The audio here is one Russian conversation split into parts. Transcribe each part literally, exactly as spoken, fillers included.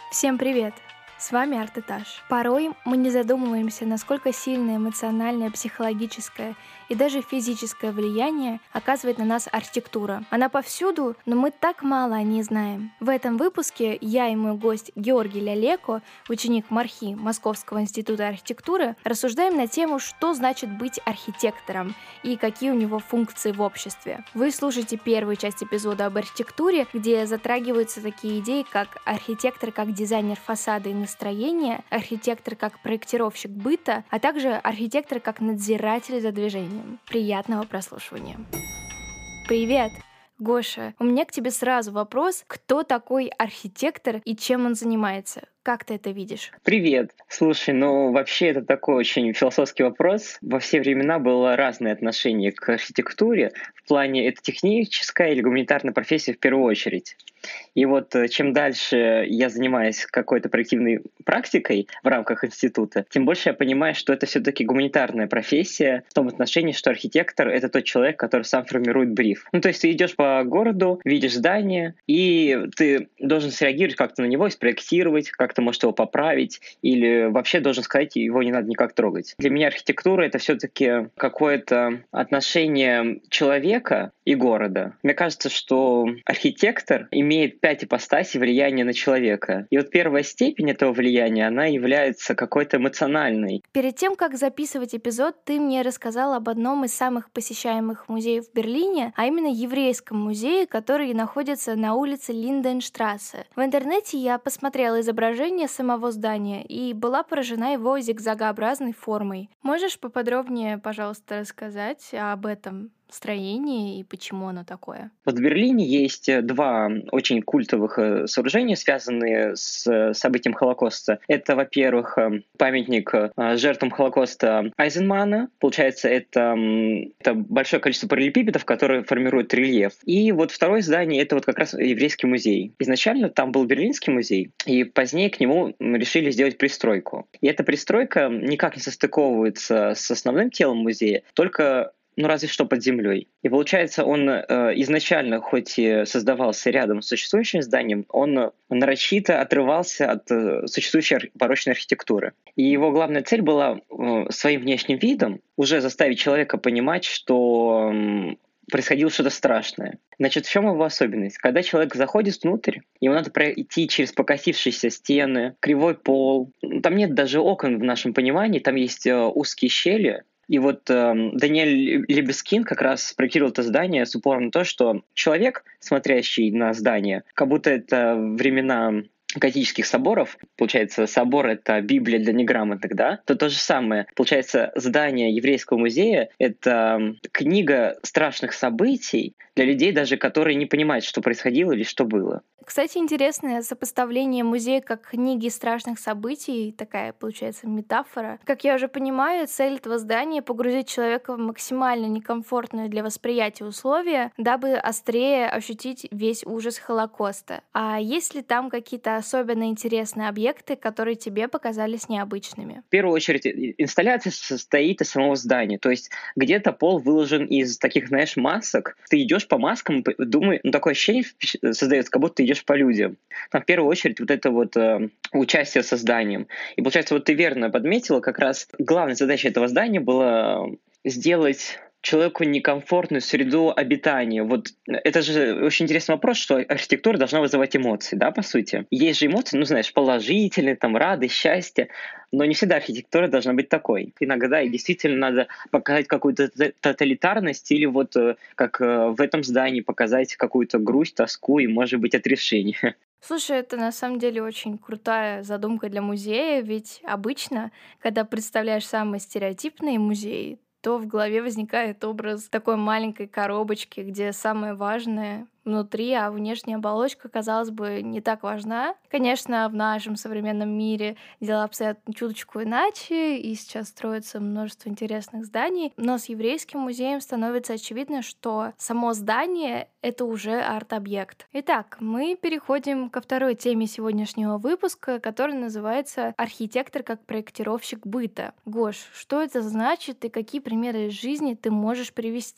Всем привет! С вами Арт-Этаж. Порой мы не задумываемся, насколько сильное эмоциональное, психологическое и даже физическое влияние оказывает на нас архитектура. Она повсюду, но мы так мало о ней знаем. В этом выпуске я и мой гость Георгий Лялеко, ученик МАРХИ Московского института архитектуры, рассуждаем на тему, что значит быть архитектором и какие у него функции в обществе. Вы слушаете первую часть эпизода об архитектуре, где затрагиваются такие идеи, как архитектор как дизайнер фасада и настроения, архитектор как проектировщик быта, а также архитектор как надзиратель за движением. Приятного прослушивания. Привет! Гоша, у меня к тебе сразу вопрос, кто такой архитектор и чем он занимается? Как ты это видишь? Привет. Слушай, ну вообще это такой очень философский вопрос. Во все времена было разное отношение к архитектуре. В плане это техническая или гуманитарная профессия в первую очередь. И вот э, чем дальше я занимаюсь какой-то проективной практикой в рамках института, тем больше я понимаю, что это все-таки гуманитарная профессия в том отношении, что архитектор — это тот человек, который сам формирует бриф. Ну то есть ты идешь по городу, видишь здание, и ты должен среагировать как-то на него и спроектировать, как-то может его поправить, или вообще должен сказать, его не надо никак трогать. Для меня архитектура — это все-таки какое-то отношение человека и города. Мне кажется, что архитектор имеет пять ипостасей влияния на человека. И вот первая степень этого влияния, она является какой-то эмоциональной. Перед тем, как записывать эпизод, ты мне рассказал об одном из самых посещаемых музеев в Берлине, а именно еврейском музее, который находится на улице Линденштрассе. В интернете я посмотрела изображение самого здания и была поражена его зигзагообразной формой. Можешь поподробнее, пожалуйста, рассказать об этом строении и почему оно такое? Вот в Берлине есть э, два очень культовых э, сооружения, связанные с э, событием Холокоста. Это, во-первых, э, памятник э, жертвам Холокоста Айзенмана. Получается, это, м, это большое количество параллелепипедов, которые формируют рельеф. И вот второе здание — это вот как раз еврейский музей. Изначально там был Берлинский музей, и позднее к нему м, решили сделать пристройку. И эта пристройка никак не состыковывается с основным телом музея, только ну разве что под землей. И получается, он э, изначально, хоть и создавался рядом с существующим зданием, он нарочито отрывался от э, существующей ар- барочной архитектуры. И его главная цель была э, своим внешним видом уже заставить человека понимать, что м, происходило что-то страшное. Значит, в чем его особенность? Когда человек заходит внутрь, ему надо пройти через покосившиеся стены, кривой пол. Там нет даже окон в нашем понимании, там есть э, узкие щели. И вот э, Даниэль Либескин как раз спроектировал это здание с упором на то, что человек, смотрящий на здание, как будто это времена готических соборов, получается, собор — это Библия для неграмотных, да, то то же самое. Получается, здание еврейского музея — это книга страшных событий для людей, даже которые не понимают, что происходило или что было. Кстати, интересное сопоставление музея как книги страшных событий, такая получается метафора. Как я уже понимаю, цель этого здания — погрузить человека в максимально некомфортные для восприятия условия, дабы острее ощутить весь ужас Холокоста. А есть ли там какие-то особенно интересные объекты, которые тебе показались необычными? В первую очередь, и- инсталляция состоит из самого здания. То есть где-то пол выложен из таких, знаешь, масок. Ты идешь по маскам, п- думай, ну такое ощущение впечат- создается, как будто ты идешь по людям. Там в первую очередь вот это вот э, участие со зданием. И получается, вот ты верно подметила, как раз главная задача этого здания была сделать человеку некомфортную среду обитания. Вот это же очень интересный вопрос, что архитектура должна вызывать эмоции, да, по сути. Есть же эмоции, ну, знаешь, положительные, там, радость, счастье, но не всегда архитектура должна быть такой. Иногда и действительно надо показать какую-то т- тоталитарность или вот э, как э, в этом здании показать какую-то грусть, тоску и, может быть, отрешение. Слушай, это на самом деле очень крутая задумка для музея, ведь обычно, когда представляешь самые стереотипные музеи, то в голове возникает образ такой маленькой коробочки, где самое важное внутри, а внешняя оболочка, казалось бы, не так важна. Конечно, в нашем современном мире дела обстоят чуточку иначе, и сейчас строится множество интересных зданий, но с еврейским музеем становится очевидно, что само здание — это уже арт-объект. Итак, мы переходим ко второй теме сегодняшнего выпуска, который называется «Архитектор как проектировщик быта». Гош, что это значит и какие примеры из жизни ты можешь привести?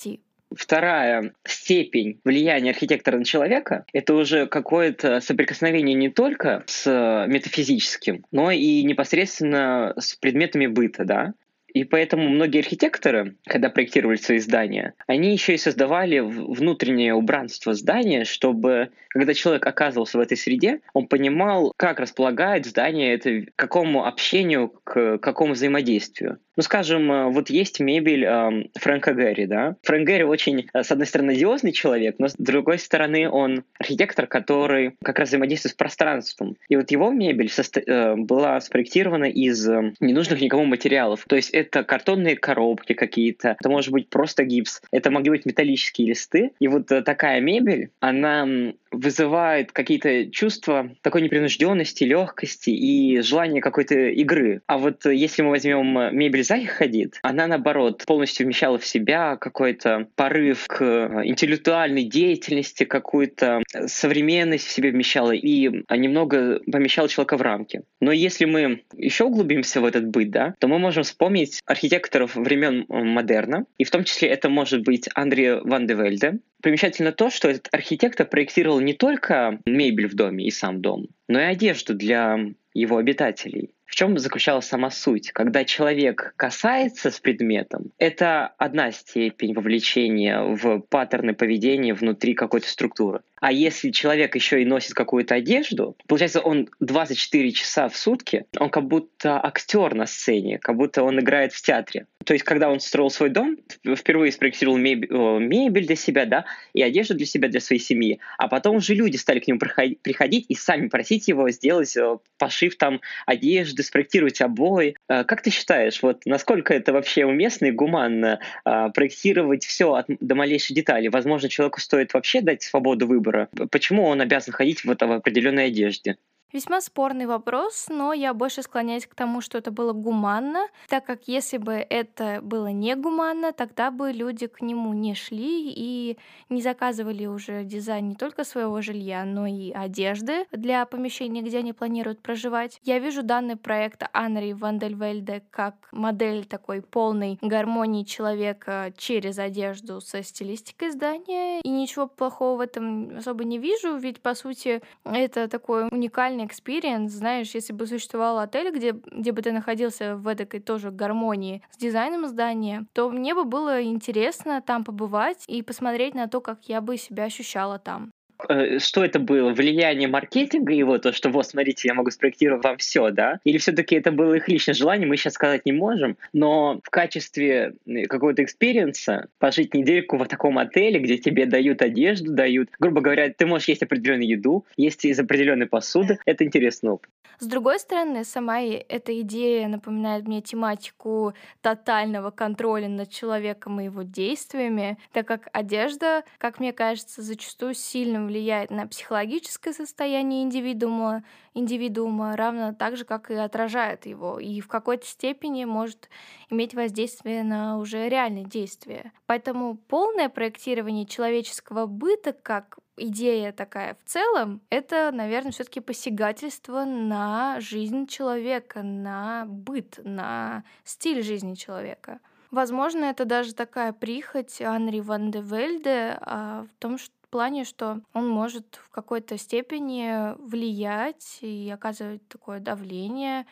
Вторая степень влияния архитектора на человека — это уже какое-то соприкосновение не только с метафизическим, но и непосредственно с предметами быта, да. И поэтому многие архитекторы, когда проектировали свои здания, они еще и создавали в- внутреннее убранство здания, чтобы, когда человек оказывался в этой среде, он понимал, как располагает здание это, к какому общению, к какому взаимодействию. Ну, скажем, э, вот есть мебель эм, Фрэнка Гэри, да. Фрэнк Гэри очень, э, с одной стороны, одиозный человек, но с другой стороны, он архитектор, который как раз взаимодействует с пространством. И вот его мебель состо- э, была спроектирована из э, ненужных никому материалов. То есть это картонные коробки какие-то, это может быть просто гипс, это могли быть металлические листы. И вот э, такая мебель, она м, вызывает какие-то чувства такой непринужденности, легкости и желания какой-то игры. А вот э, если мы возьмем э, мебель Захи Хадид, она, наоборот, полностью вмещала в себя какой-то порыв к э, интеллектуальной деятельности, какую-то э, современность в себе вмещала и э, немного помещала человека в рамки. Но если мы еще углубимся в этот быт, да, то мы можем вспомнить архитекторов времен э, модерна, и в том числе это может быть Андре ван де Вельде. Примечательно то, что этот архитектор проектировал не только мебель в доме и сам дом, но и одежду для его обитателей. В чем заключалась сама суть? Когда человек касается с предметом, это одна степень вовлечения в паттерны поведения внутри какой-то структуры. А если человек еще и носит какую-то одежду, получается, он двадцать четыре часа в сутки, он как будто актер на сцене, как будто он играет в театре. То есть, когда он строил свой дом, впервые спроектировал мебель, мебель для себя, да, и одежду для себя, для своей семьи, а потом уже люди стали к нему приходить и сами просить его сделать пошив там одежды, спроектировать обои. Как ты считаешь, вот насколько это вообще уместно и гуманно проектировать все от, до малейшей детали? Возможно, человеку стоит вообще дать свободу выбора. Почему он обязан ходить в, это, в определенной одежде? Весьма спорный вопрос, но я больше склоняюсь к тому, что это было гуманно, так как если бы это было не гуманно, тогда бы люди к нему не шли и не заказывали уже дизайн не только своего жилья, но и одежды для помещения, где они планируют проживать. Я вижу данный проект Анри ван де Вельде как модель такой полной гармонии человека через одежду со стилистикой здания, и ничего плохого в этом особо не вижу, ведь по сути это такой уникальный экспириенс, знаешь, если бы существовал отель, где, где бы ты находился в этой тоже гармонии с дизайном здания, то мне бы было интересно там побывать и посмотреть на то, как я бы себя ощущала там. Что это было? Влияние маркетинга его, то, что вот, смотрите, я могу спроектировать вам все, да? Или все-таки это было их личное желание, мы сейчас сказать не можем, но в качестве какого-то экспириенса пожить недельку в таком отеле, где тебе дают одежду, дают, грубо говоря, ты можешь есть определенную еду, есть из определенной посуды, это интересный опыт. С другой стороны, сама и эта идея напоминает мне тематику тотального контроля над человеком и его действиями, так как одежда, как мне кажется, зачастую сильно влияет на психологическое состояние индивидуума, индивидуума, равно так же, как и отражает его, и в какой-то степени может иметь воздействие на уже реальные действия. Поэтому полное проектирование человеческого быта как идея такая в целом, это, наверное, все-таки посягательство на жизнь человека, на быт, на стиль жизни человека. Возможно, это даже такая прихоть Анри ван де Вельде а, в том, что в плане, что он может в какой-то степени влиять и оказывать такое давление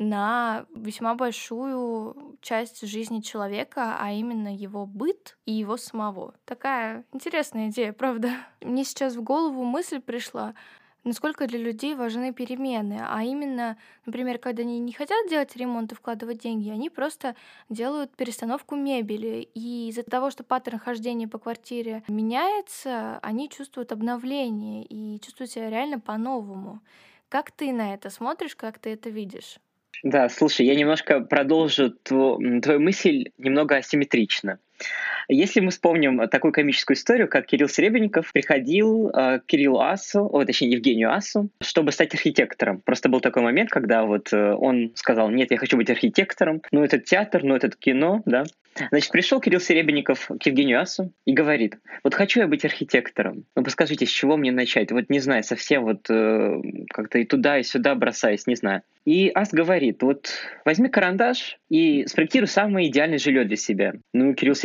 на весьма большую часть жизни человека, а именно его быт и его самого. Такая интересная идея, правда? Мне сейчас в голову мысль пришла, насколько для людей важны перемены, а именно, например, когда они не хотят делать ремонт и вкладывать деньги, они просто делают перестановку мебели, и из-за того, что паттерн хождения по квартире меняется, они чувствуют обновление и чувствуют себя реально по-новому. Как ты на это смотришь, как ты это видишь? Да, слушай, я немножко продолжу тво- м, твою мысль немного асимметрично. Если мы вспомним такую комическую историю, как Кирилл Серебренников приходил э, к Кириллу Асу, о, точнее, Евгению Асу, чтобы стать архитектором. Просто был такой момент, когда вот э, он сказал: нет, я хочу быть архитектором, ну этот театр, ну этот кино, да. Значит, пришел Кирилл Серебренников к Евгению Асу и говорит: вот хочу я быть архитектором, ну подскажите, с чего мне начать? Вот не знаю, совсем вот э, как-то и туда, и сюда бросаюсь, не знаю. И Ас говорит: вот возьми карандаш и спроектируй самое идеальное жилье для себя. Ну, Кирилл Серебренников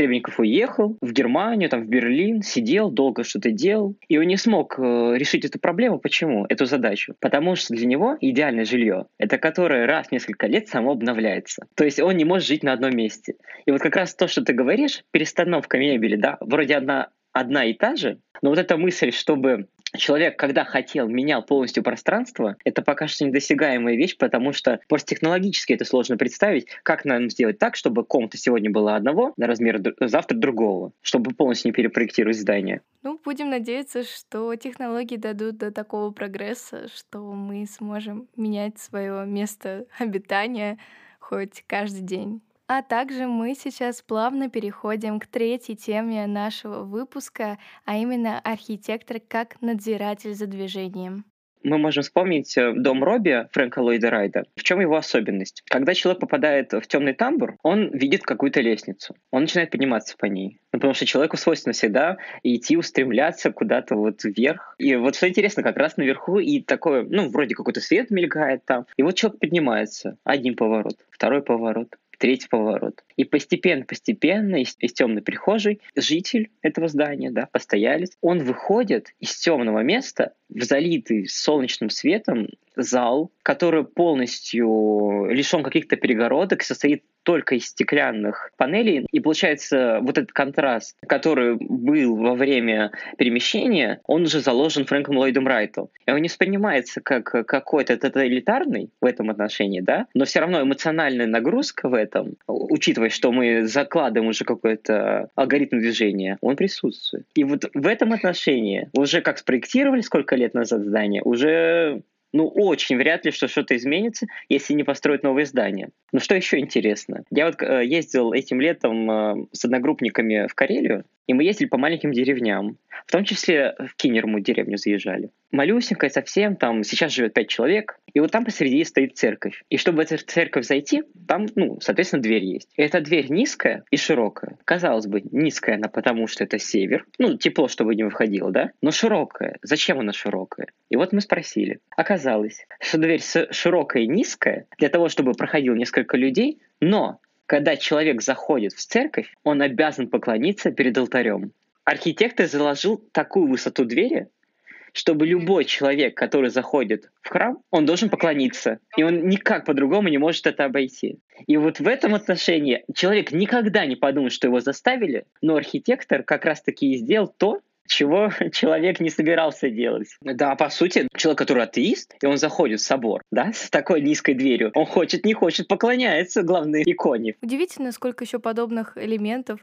Серебренников уехал в Германию, там, в Берлин, сидел, долго что-то делал, и он не смог э, решить эту проблему. Почему? Эту задачу. Потому что для него идеальное жилье — это которое раз в несколько лет само обновляется. То есть он не может жить на одном месте. И вот как раз то, что ты говоришь, перестановка мебели, да, вроде одна, одна и та же, но вот эта мысль, чтобы человек, когда хотел, менял полностью пространство, это пока что недосягаемая вещь, потому что просто технологически это сложно представить, как нам сделать так, чтобы комната сегодня была одного на размер, д- завтра другого, чтобы полностью не перепроектировать здание. Ну, будем надеяться, что технологии дадут до такого прогресса, что мы сможем менять свое место обитания хоть каждый день. А также мы сейчас плавно переходим к третьей теме нашего выпуска, а именно архитектор как надзиратель за движением. Мы можем вспомнить э, дом Робби Фрэнка Ллойда Райта. В чем его особенность? Когда человек попадает в темный тамбур, он видит какую-то лестницу. Он начинает подниматься по ней. Ну, потому что человеку свойственно всегда идти, устремляться куда-то вот вверх. И вот что интересно, как раз наверху и такое, ну, вроде какой-то свет мелькает там. И вот человек поднимается. Один поворот, второй поворот, третий поворот. И постепенно-постепенно из, из темной прихожей житель этого здания, да, постоялец, он выходит из темного места в залитый солнечным светом зал, который полностью лишен каких-то перегородок, состоит только из стеклянных панелей. И получается, вот этот контраст, который был во время перемещения, он уже заложен Фрэнком Ллойдом Райтом. И он не воспринимается как какой-то тоталитарный в этом отношении, да, но все равно эмоциональная нагрузка в этом, учитывая, что мы закладываем уже какой-то алгоритм движения, он присутствует. И вот в этом отношении уже как спроектировали сколько лет назад здание, уже ну, очень вряд ли, что что-то изменится, если не построить новые здания. Но что еще интересно? Я вот э, ездил этим летом э, с одногруппниками в Карелию, и мы ездили по маленьким деревням. В том числе в Кинерму деревню заезжали. Малюсенькая совсем, там сейчас живет пять человек, и вот там посреди стоит церковь. И чтобы в эту церковь зайти, там, ну, соответственно, дверь есть. И эта дверь низкая и широкая. Казалось бы, низкая она, потому что это север. Ну, тепло, чтобы не выходило, да? Но широкая. Зачем она широкая? И вот мы спросили. Оказалось, что дверь широкая и низкая для того, чтобы проходило несколько людей, но когда человек заходит в церковь, он обязан поклониться перед алтарем. Архитектор заложил такую высоту двери, чтобы любой человек, который заходит в храм, он должен поклониться. И он никак по-другому не может это обойти. И вот в этом отношении человек никогда не подумает, что его заставили, но архитектор как раз-таки и сделал то, чего человек не собирался делать. Да, по сути, человек, который атеист, и он заходит в собор, да, с такой низкой дверью, он хочет, не хочет, поклоняется главной иконе. Удивительно, сколько еще подобных элементов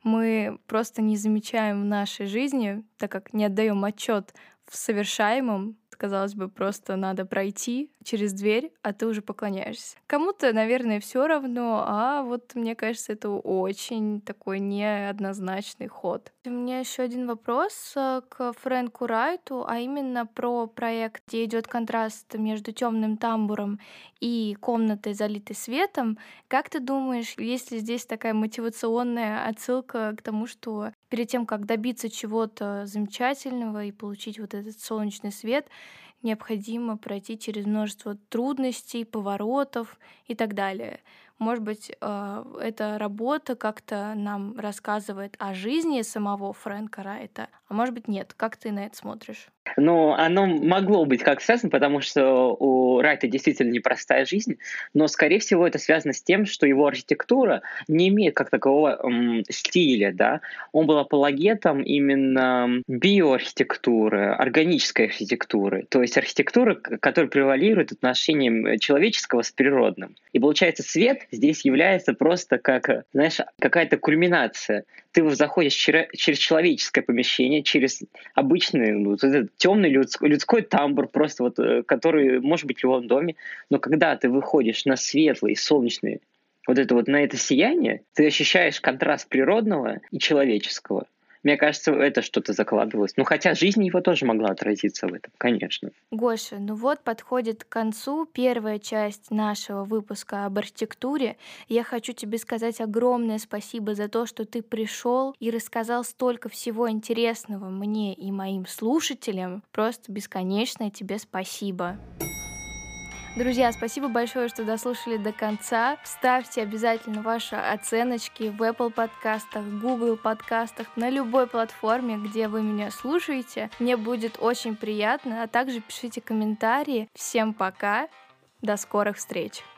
мы просто не замечаем в нашей жизни, так как не отдаем отчет в совершаемом. Казалось бы, просто надо пройти через дверь, а ты уже поклоняешься. Кому-то, наверное, все равно, а вот мне кажется, это очень такой неоднозначный ход. У меня еще один вопрос э, к Фрэнку Райту, а именно про проект, где идет контраст между темным тамбуром и комнатой, залитой светом. Как ты думаешь, есть ли здесь такая мотивационная отсылка к тому, что перед тем, как добиться чего-то замечательного и получить вот этот солнечный свет, необходимо пройти через множество трудностей, поворотов и так далее. Может быть, э, эта работа как-то нам рассказывает о жизни самого Фрэнка Райта, а может быть, нет. Как ты на это смотришь? Ну, оно могло быть как связано, потому что у Райта действительно непростая жизнь, но, скорее всего, это связано с тем, что его архитектура не имеет как такового м, стиля, да. Он был апологетом именно биоархитектуры, органической архитектуры, то есть архитектуры, к- которая превалирует отношением человеческого с природным. И получается, свет здесь является просто как, э, знаешь, какая-то кульминация. Ты вот заходишь чера- через человеческое помещение, через обычный, ну, вот этот темный людской, людской тамбур, просто вот, э, который может быть в любом доме, но когда ты выходишь на светлый, солнечный, вот это вот, на это сияние, ты ощущаешь контраст природного и человеческого. Мне кажется, это что-то закладывалось. Ну, хотя жизнь его тоже могла отразиться в этом, конечно. Гоша, ну вот подходит к концу первая часть нашего выпуска об архитектуре. Я хочу тебе сказать огромное спасибо за то, что ты пришел и рассказал столько всего интересного мне и моим слушателям. Просто бесконечное тебе спасибо. Друзья, спасибо большое, что дослушали до конца. Ставьте обязательно ваши оценочки в Apple подкастах, Google подкастах, на любой платформе, где вы меня слушаете. Мне будет очень приятно, а также пишите комментарии. Всем пока, до скорых встреч!